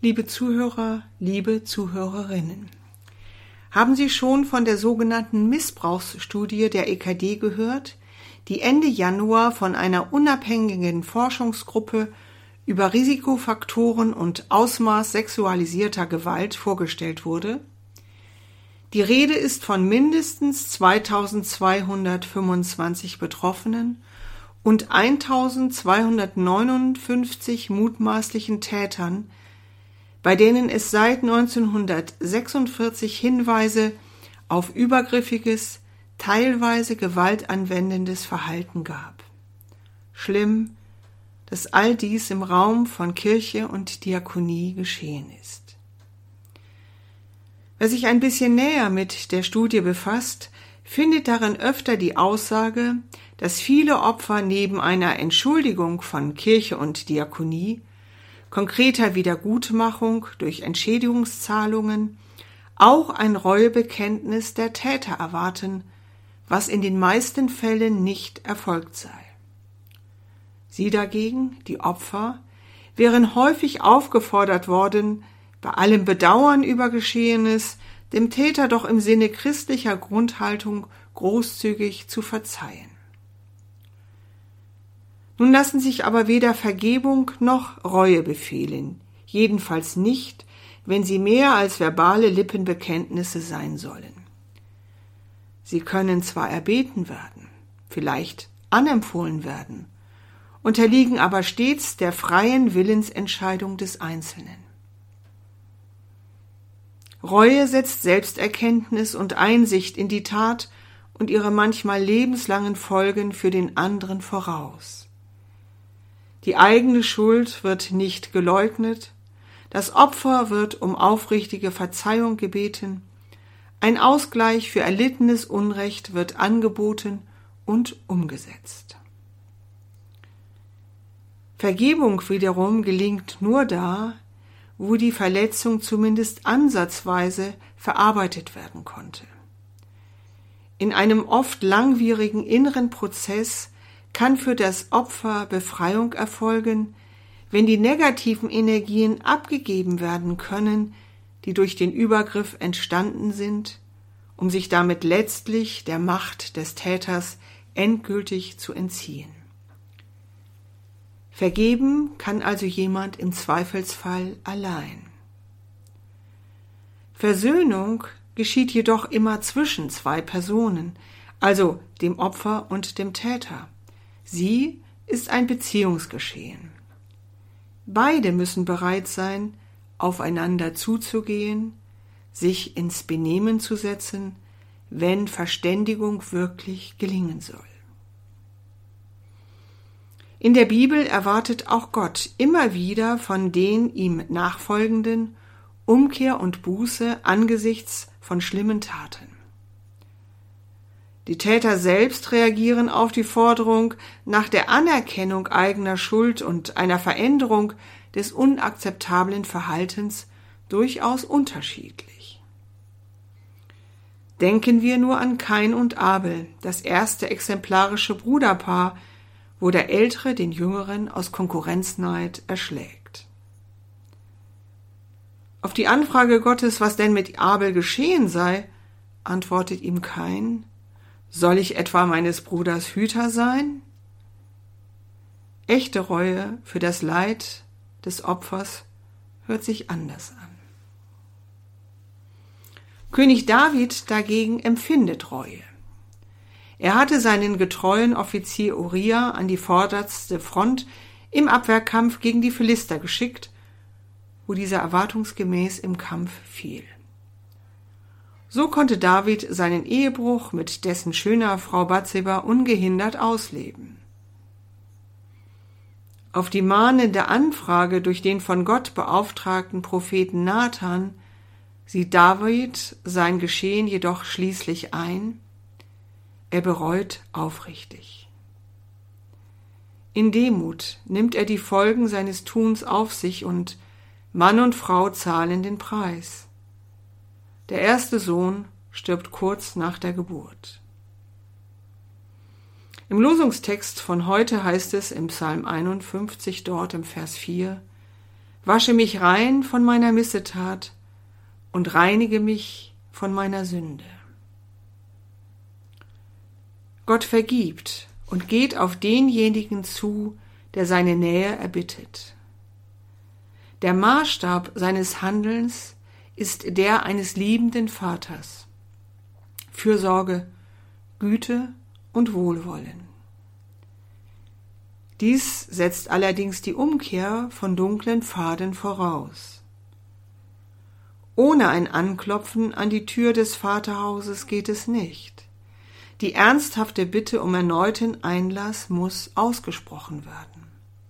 liebe Zuhörer, liebe Zuhörerinnen. Haben Sie schon von der sogenannten Missbrauchsstudie der EKD gehört, die Ende Januar von einer unabhängigen Forschungsgruppe über Risikofaktoren und Ausmaß sexualisierter Gewalt vorgestellt wurde? Die Rede ist von mindestens 2225 Betroffenen und 1259 mutmaßlichen Tätern, bei denen es seit 1946 Hinweise auf übergriffiges, teilweise gewaltanwendendes Verhalten gab. Schlimm, dass all dies im Raum von Kirche und Diakonie geschehen ist. Wer sich ein bisschen näher mit der Studie befasst, findet darin öfter die Aussage, dass viele Opfer neben einer Entschuldigung von Kirche und Diakonie, konkreter Wiedergutmachung durch Entschädigungszahlungen, auch ein Reuebekenntnis der Täter erwarten, was in den meisten Fällen nicht erfolgt sei. Sie dagegen, die Opfer, wären häufig aufgefordert worden, bei allem Bedauern über Geschehenes dem Täter doch im Sinne christlicher Grundhaltung großzügig zu verzeihen. Nun lassen sich aber weder Vergebung noch Reue befehlen, jedenfalls nicht, wenn sie mehr als verbale Lippenbekenntnisse sein sollen. Sie können zwar erbeten werden, vielleicht anempfohlen werden, unterliegen aber stets der freien Willensentscheidung des Einzelnen. Reue setzt Selbsterkenntnis und Einsicht in die Tat und ihre manchmal lebenslangen Folgen für den anderen voraus. Die eigene Schuld wird nicht geleugnet, das Opfer wird um aufrichtige Verzeihung gebeten, ein Ausgleich für erlittenes Unrecht wird angeboten und umgesetzt. Vergebung wiederum gelingt nur da, wo die Verletzung zumindest ansatzweise verarbeitet werden konnte. In einem oft langwierigen inneren Prozess kann für das Opfer Befreiung erfolgen, wenn die negativen Energien abgegeben werden können, die durch den Übergriff entstanden sind, um sich damit letztlich der Macht des Täters endgültig zu entziehen. Vergeben kann also jemand im Zweifelsfall allein. Versöhnung geschieht jedoch immer zwischen zwei Personen, also dem Opfer und dem Täter. Sie ist ein Beziehungsgeschehen. Beide müssen bereit sein, aufeinander zuzugehen, sich ins Benehmen zu setzen, wenn Verständigung wirklich gelingen soll. In der Bibel erwartet auch Gott immer wieder von den ihm Nachfolgenden Umkehr und Buße angesichts von schlimmen Taten. Die Täter selbst reagieren auf die Forderung nach der Anerkennung eigener Schuld und einer Veränderung des unakzeptablen Verhaltens durchaus unterschiedlich. Denken wir nur an Kain und Abel, das erste exemplarische Bruderpaar, wo der Ältere den Jüngeren aus Konkurrenzneid erschlägt. Auf die Anfrage Gottes, was denn mit Abel geschehen sei, antwortet ihm Kain: Soll ich etwa meines Bruders Hüter sein? Echte Reue für das Leid des Opfers hört sich anders an. König David dagegen empfindet Reue. Er hatte seinen getreuen Offizier Uriah an die vorderste Front im Abwehrkampf gegen die Philister geschickt, wo dieser erwartungsgemäß im Kampf fiel. So konnte David seinen Ehebruch mit dessen schöner Frau Bathseba ungehindert ausleben. Auf die mahnende Anfrage durch den von Gott beauftragten Propheten Nathan sieht David sein Geschehen jedoch schließlich ein: Er bereut aufrichtig. In Demut nimmt er die Folgen seines Tuns auf sich und Mann und Frau zahlen den Preis. Der erste Sohn stirbt kurz nach der Geburt. Im Losungstext von heute heißt es im Psalm 51 dort im Vers 4: Wasche mich rein von meiner Missetat und reinige mich von meiner Sünde. Gott vergibt und geht auf denjenigen zu, der seine Nähe erbittet. Der Maßstab seines Handelns ist der eines liebenden Vaters. Fürsorge, Güte und Wohlwollen. Dies setzt allerdings die Umkehr von dunklen Pfaden voraus. Ohne ein Anklopfen an die Tür des Vaterhauses geht es nicht. Die ernsthafte Bitte um erneuten Einlass muss ausgesprochen werden.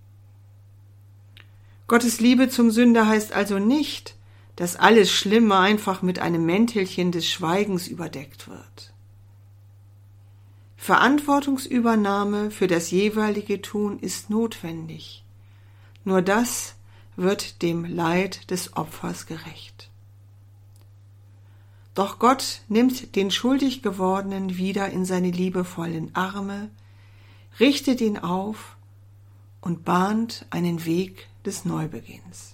Gottes Liebe zum Sünder heißt also nicht, dass alles Schlimme einfach mit einem Mäntelchen des Schweigens überdeckt wird. Verantwortungsübernahme für das jeweilige Tun ist notwendig. Nur das wird dem Leid des Opfers gerecht. Doch Gott nimmt den schuldig Gewordenen wieder in seine liebevollen Arme, richtet ihn auf und bahnt einen Weg des Neubeginns.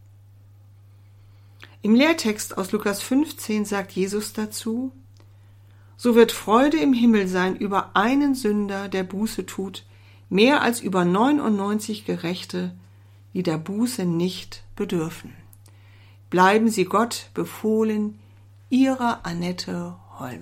Im Lehrtext aus Lukas 15 sagt Jesus dazu: So wird Freude im Himmel sein über einen Sünder, der Buße tut, mehr als über 99 Gerechte, die der Buße nicht bedürfen. Bleiben Sie Gott befohlen, Ihre Annette